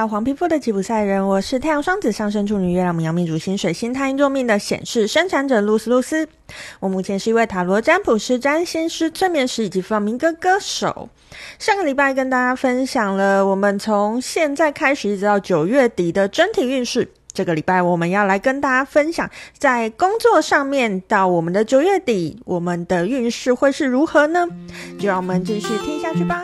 黄皮肤的吉普赛人，我是太阳双子上升处女月亮牡羊命主星水星太阴座命的显示生产者露丝。我目前是一位塔罗占卜师、占星师、催眠师以及放民歌歌手。上个礼拜跟大家分享了我们从现在开始一直到9月底的整体运势。这个礼拜我们要来跟大家分享在工作上面到我们的9月底我们的运势会是如何呢？就让我们继续听下去吧。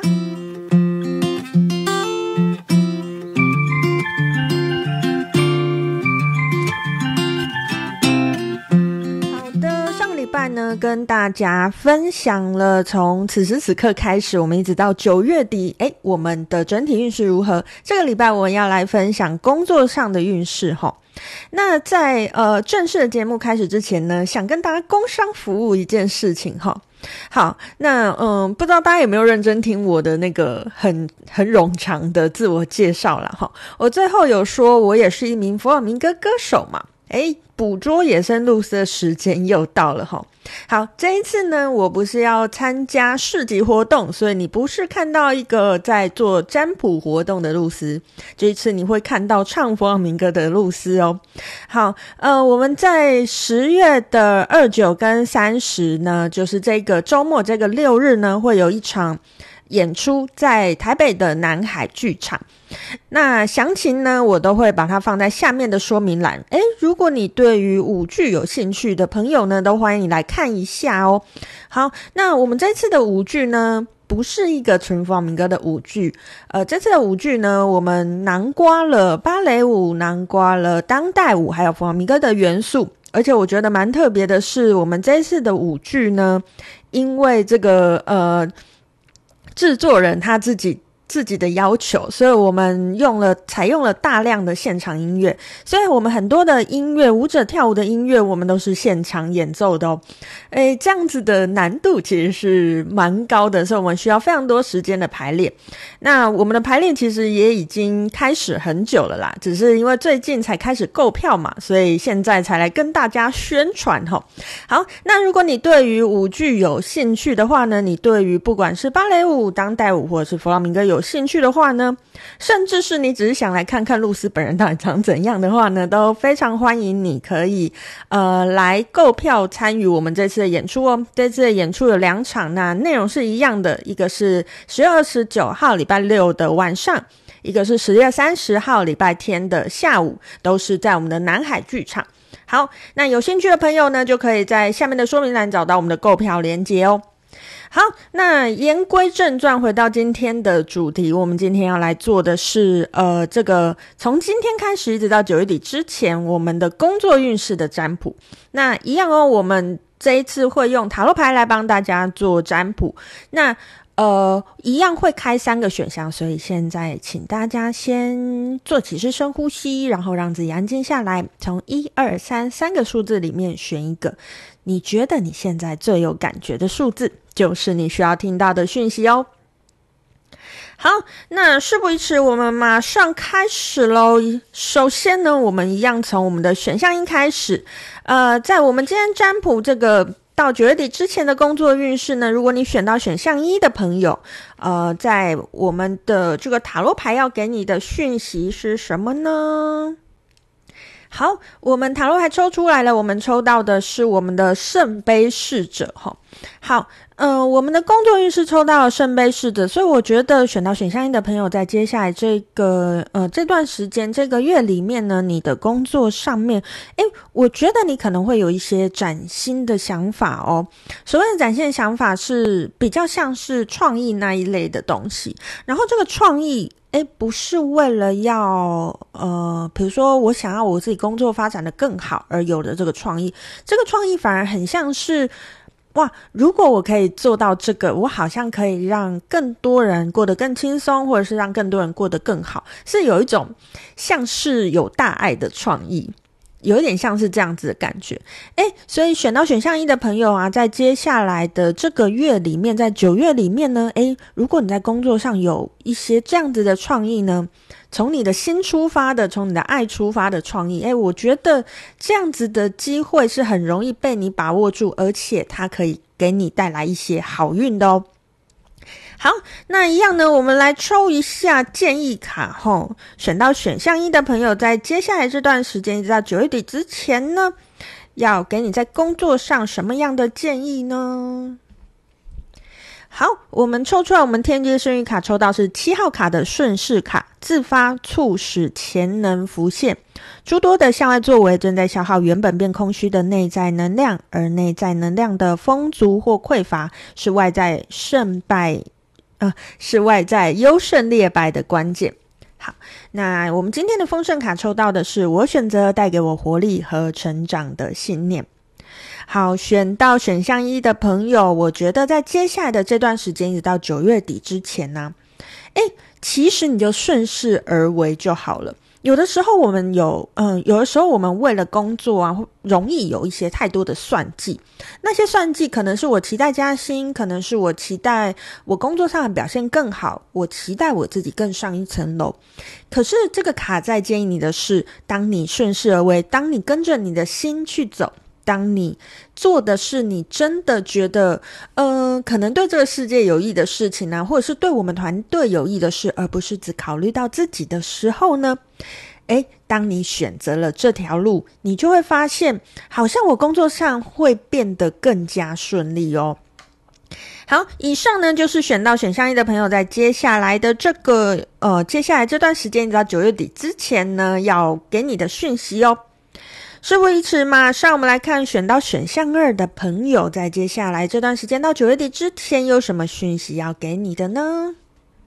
跟大家分享了从此时此刻开始我们一直到9月底我们的整体运势如何。这个礼拜我们要来分享工作上的运势齁。那在正式的节目开始之前呢，想跟大家工商服务一件事情齁。好，那不知道大家有没有认真听我的那个很冗长的自我介绍啦齁。我最后有说我也是一名佛朗明哥歌手嘛，捕捉野生露丝的时间又到了齁。好，这一次呢，我不是要参加市集活动，所以你不是看到一个在做占卜活动的露丝，这一次你会看到唱佛朗明哥的露丝哦。好，我们在10月的29跟30呢，就是这个周末这个6日呢，会有一场演出在台北的南海剧场。那详情呢，我都会把它放在下面的说明栏。如果你对于舞剧有兴趣的朋友呢，都欢迎你来看一下哦。好，那我们这次的舞剧呢，不是一个纯佛朗明哥的舞剧，这次的舞剧呢，我们囊括了芭蕾舞，囊括了当代舞，还有佛朗明哥的元素。而且我觉得蛮特别的是，我们这次的舞剧呢，因为这个制作人他自己的要求，所以我们采用了大量的现场音乐，所以我们很多的音乐，舞者跳舞的音乐我们都是现场演奏的哦。这样子的难度其实是蛮高的，所以我们需要非常多时间的排练。那我们的排练其实也已经开始很久了啦，只是因为最近才开始购票嘛，所以现在才来跟大家宣传齁。好，那如果你对于舞剧有兴趣的话呢，你对于不管是芭蕾舞、当代舞或者是佛朗明哥有兴趣的话呢，甚至是你只是想来看看露丝本人到底长怎样的话呢，都非常欢迎你可以来购票参与我们这次的演出哦。这次的演出有2场，那内容是一样的，一个是10月29号礼拜六的晚上，一个是10月30号礼拜天的下午，都是在我们的南海剧场。好，那有兴趣的朋友呢，就可以在下面的说明栏找到我们的购票连结哦。好，那言归正传，回到今天的主题，我们今天要来做的是这个从今天开始一直到9月底之前我们的工作运势的占卜。那一样哦，我们这一次会用塔罗牌来帮大家做占卜。那一样会开3个选项，所以现在请大家先做几次深呼吸，然后让自己安静下来，从1、2、3个数字里面选一个你觉得你现在最有感觉的数字，就是你需要听到的讯息哦。好，那事不宜迟，我们马上开始咯。首先呢，我们一样从我们的选项1开始。在我们今天占卜这个到9月底之前的工作运势呢，如果你选到选项1的朋友，在我们的这个塔罗牌要给你的讯息是什么呢？好，我们塔罗牌抽出来了，我们抽到的是我们的圣杯侍者齁。好，我们的工作运势抽到了圣杯侍者，所以我觉得选到选项1的朋友，在接下来这段时间这个月里面呢，你的工作上面我觉得你可能会有一些崭新的想法哦。所谓的崭新的想法是比较像是创意那一类的东西，然后这个创意不是为了要比如说我想要我自己工作发展的更好而有的这个创意，这个创意反而很像是哇，如果我可以做到这个，我好像可以让更多人过得更轻松，或者是让更多人过得更好，是有一种像是有大爱的创意，有一点像是这样子的感觉。所以选到选项1的朋友啊，在接下来的这个月里面，在9月里面呢，如果你在工作上有一些这样子的创意呢，从你的心出发的，从你的爱出发的创意，我觉得这样子的机会是很容易被你把握住，而且它可以给你带来一些好运的哦。 好，那一样呢，我们来抽一下建议卡吼。选到选项1的朋友，在接下来这段时间，一直到9月底之前呢，要给你在工作上什么样的建议呢？好，我们抽出来，我们天机生育卡抽到是7号卡的顺势卡，自发促使潜能浮现，诸多的向外作为正在消耗原本变空虚的内在能量，而内在能量的丰足或匮乏是外在优胜劣败的关键。好，那我们今天的丰盛卡抽到的是我选择带给我活力和成长的信念。好，选到选项1的朋友，我觉得在接下来的这段时间，一直到9月底之前呢，其实你就顺势而为就好了。有的时候我们为了工作啊，容易有一些太多的算计。那些算计可能是我期待加薪，可能是我期待我工作上的表现更好，我期待我自己更上一层楼。可是这个卡在建议你的是，当你顺势而为，当你跟着你的心去走，当你做的是你真的觉得可能对这个世界有益的事情啊，或者是对我们团队有益的事，而不是只考虑到自己的时候呢，当你选择了这条路，你就会发现好像我工作上会变得更加顺利哦。好，以上呢就是选到选项1的朋友在接下来的接下来这段时间，一直到9月底之前呢，要给你的讯息哦。事不宜迟，马上我们来看选到选项2的朋友，在接下来这段时间到9月底之前有什么讯息要给你的呢？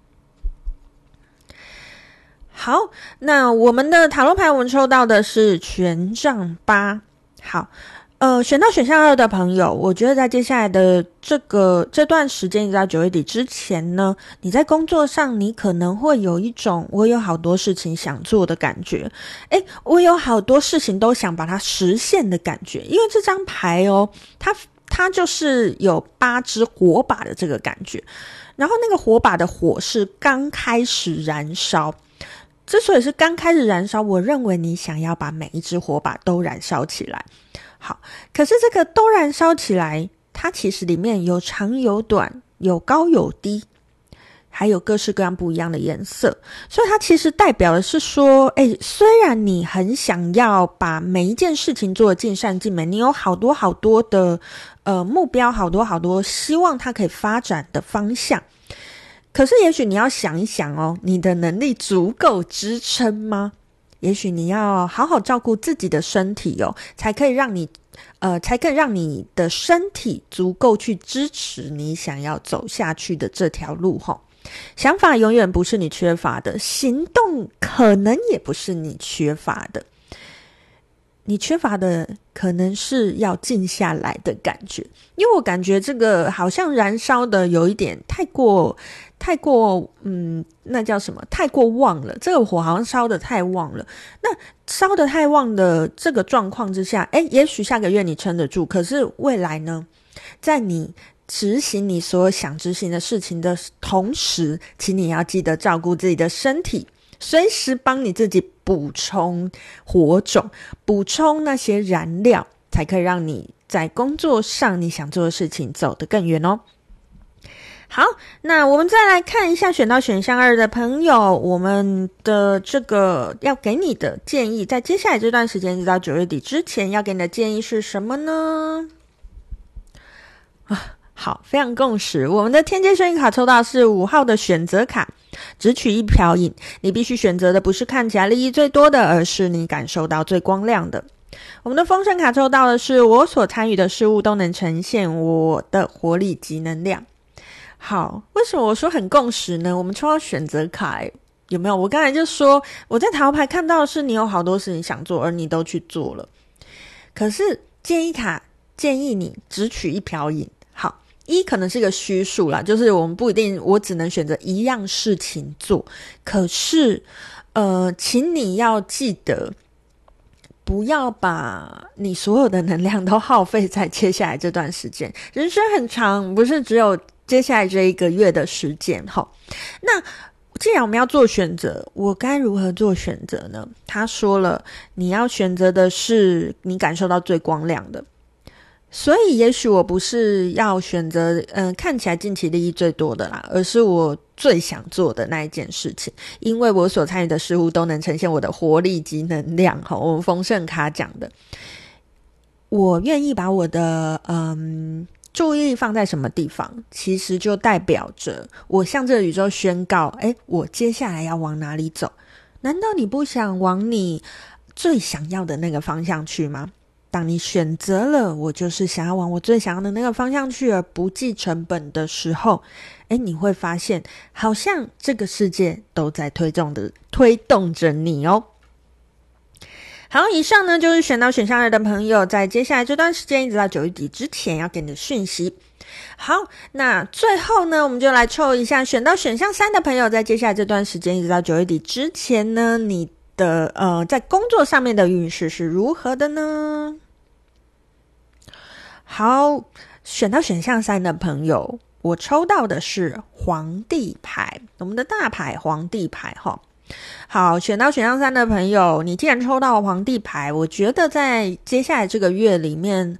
好，那我们的塔罗牌我们抽到的是权杖8。好，选到选项2的朋友，我觉得在接下来的这段时间，一直到9月底之前呢，你在工作上你可能会有一种我有好多事情想做的感觉，我有好多事情都想把它实现的感觉。因为这张牌哦，它就是有8支火把的这个感觉，然后那个火把的火是刚开始燃烧。之所以是刚开始燃烧，我认为你想要把每一支火把都燃烧起来。好，可是这个都燃烧起来，它其实里面有长有短，有高有低，还有各式各样不一样的颜色，所以它其实代表的是说，虽然你很想要把每一件事情做得尽善尽美，你有好多好多的目标，好多好多希望它可以发展的方向，可是也许你要想一想哦，你的能力足够支撑吗？也许你要好好照顾自己的身体哦，才可以让你的身体足够去支持你想要走下去的这条路吼。想法永远不是你缺乏的，行动可能也不是你缺乏的，你缺乏的可能是要静下来的感觉。因为我感觉这个好像燃烧的有一点太过那叫什么？太过旺了，这个火好像烧得太旺了。那烧得太旺的这个状况之下，也许下个月你撑得住，可是未来呢，在你执行你所有想执行的事情的同时，请你要记得照顾自己的身体，随时帮你自己补充火种，补充那些燃料，才可以让你在工作上你想做的事情走得更远哦。好，那我们再来看一下选到选项2的朋友，我们的这个要给你的建议，在接下来这段时间直到9月底之前要给你的建议是什么呢？好，非常共识。我们的天阶生意卡抽到是5号的选择卡，只取一瓢饮。你必须选择的不是看起来利益最多的，而是你感受到最光亮的。我们的丰盛卡抽到的是我所参与的事物都能呈现我的活力及能量。好，为什么我说很共识呢？我们抽到选择卡，有没有？我刚才就说我在塔罗牌看到的是你有好多事情想做，而你都去做了。可是建议卡建议你只取一瓢饮。好，可能是一个虚数啦，就是我们不一定我只能选择一样事情做。可是请你要记得不要把你所有的能量都耗费在接下来这段时间。人生很长，不是只有接下来这1个月的时间。好，那既然我们要做选择，我该如何做选择呢？他说了，你要选择的是你感受到最光亮的。 所以也许我不是要选择看起来近期利益最多的啦，而是我最想做的那一件事情，因为我所参与的事物都能呈现我的活力及能量。我们丰盛卡讲的，我愿意把我的注意力放在什么地方，其实就代表着我向这个宇宙宣告，我接下来要往哪里走。难道你不想往你最想要的那个方向去吗？当你选择了我就是想要往我最想要的那个方向去，而不计成本的时候，你会发现好像这个世界都在推动着你哦。好，以上呢就是选到选项2的朋友在接下来这段时间一直到9月底之前要给你的讯息。好，那最后呢我们就来抽一下选到选项3的朋友在接下来这段时间一直到9月底之前呢，你的在工作上面的运势是如何的呢？好，选到选项3的朋友，我抽到的是皇帝牌，我们的大牌皇帝牌齁。好，选到选项3的朋友，你既然抽到皇帝牌，我觉得在接下来这个月里面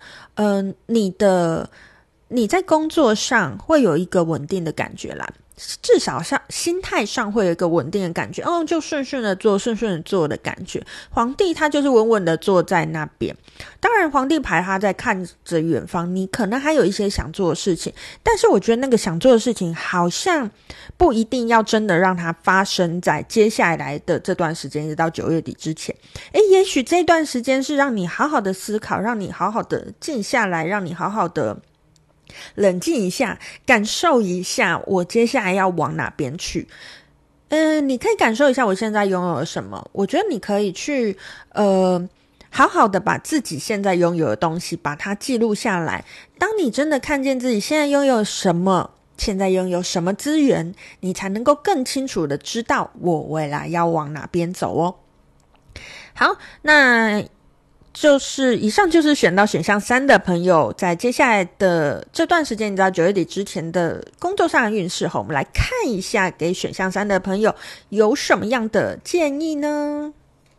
你在工作上会有一个稳定的感觉啦，至少上心态上会有一个稳定的感觉，就顺顺的做的感觉。皇帝他就是稳稳的坐在那边，当然皇帝牌他在看着远方，你可能还有一些想做的事情，但是我觉得那个想做的事情好像不一定要真的让它发生在接下来的这段时间，一直到9月底之前。也许这段时间是让你好好的思考，让你好好的静下来，让你好好的冷静一下，感受一下我接下来要往哪边去。你可以感受一下我现在拥有了什么，我觉得你可以去好好的把自己现在拥有的东西把它记录下来。当你真的看见自己现在拥有什么，现在拥有什么资源，你才能够更清楚的知道我未来要往哪边走哦。好，那就是以上就是选到选项3的朋友在接下来的这段时间，你知道9月底之前的工作上的运势后，我们来看一下给选项3的朋友有什么样的建议呢？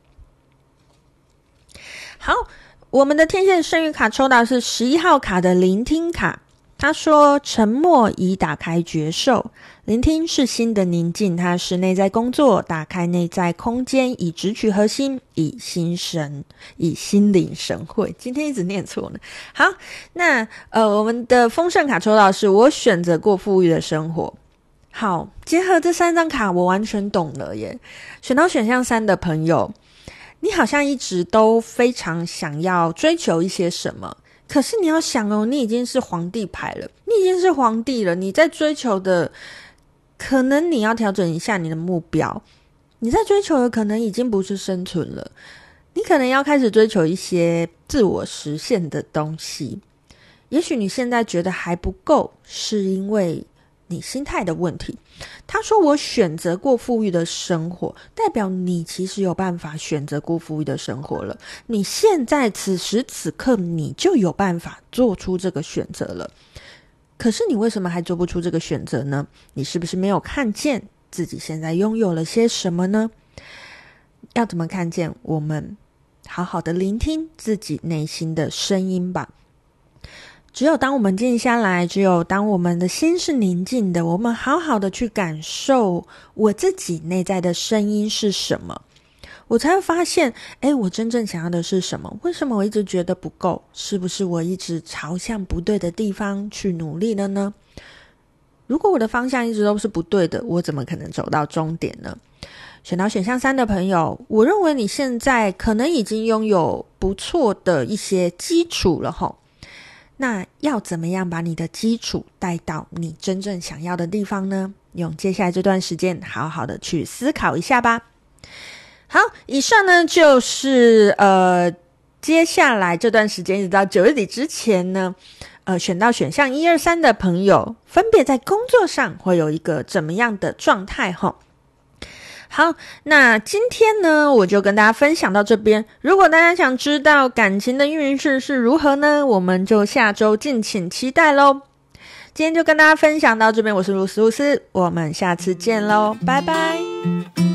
好，我们的天线圣谕卡抽到是11号卡的聆听卡，他说沉默以打开觉受，聆听是心的宁静，它是内在工作，打开内在空间，以直取核心，以心领神会。今天一直念错呢。好，那我们的丰盛卡抽到是我选择过富裕的生活。好，结合这3张卡我完全懂了耶。选到选项3的朋友，你好像一直都非常想要追求一些什么，可是你要想你已经是皇帝牌了，你已经是皇帝了，你在追求的可能你要调整一下你的目标，你在追求的可能已经不是生存了，你可能要开始追求一些自我实现的东西。也许你现在觉得还不够，是因为你心态的问题。他说我选择过富裕的生活，代表你其实有办法选择过富裕的生活了，你现在此时此刻你就有办法做出这个选择了。可是你为什么还做不出这个选择呢？你是不是没有看见自己现在拥有了些什么呢？要怎么看见？我们好好的聆听自己内心的声音吧。只有当我们静下来，只有当我们的心是宁静的，我们好好的去感受我自己内在的声音是什么，我才会发现我真正想要的是什么。为什么我一直觉得不够？是不是我一直朝向不对的地方去努力了呢？如果我的方向一直都是不对的，我怎么可能走到终点呢？选到选项3的朋友，我认为你现在可能已经拥有不错的一些基础了齁。那要怎么样把你的基础带到你真正想要的地方呢？用接下来这段时间好好的去思考一下吧。好，以上呢就是接下来这段时间一直到9月底之前呢选到选项1、2、3的朋友分别在工作上会有一个怎么样的状态齁。好，那今天呢我就跟大家分享到这边。如果大家想知道感情的运势是如何呢，我们就下周敬请期待咯。今天就跟大家分享到这边，我是露丝，我们下次见咯，拜拜。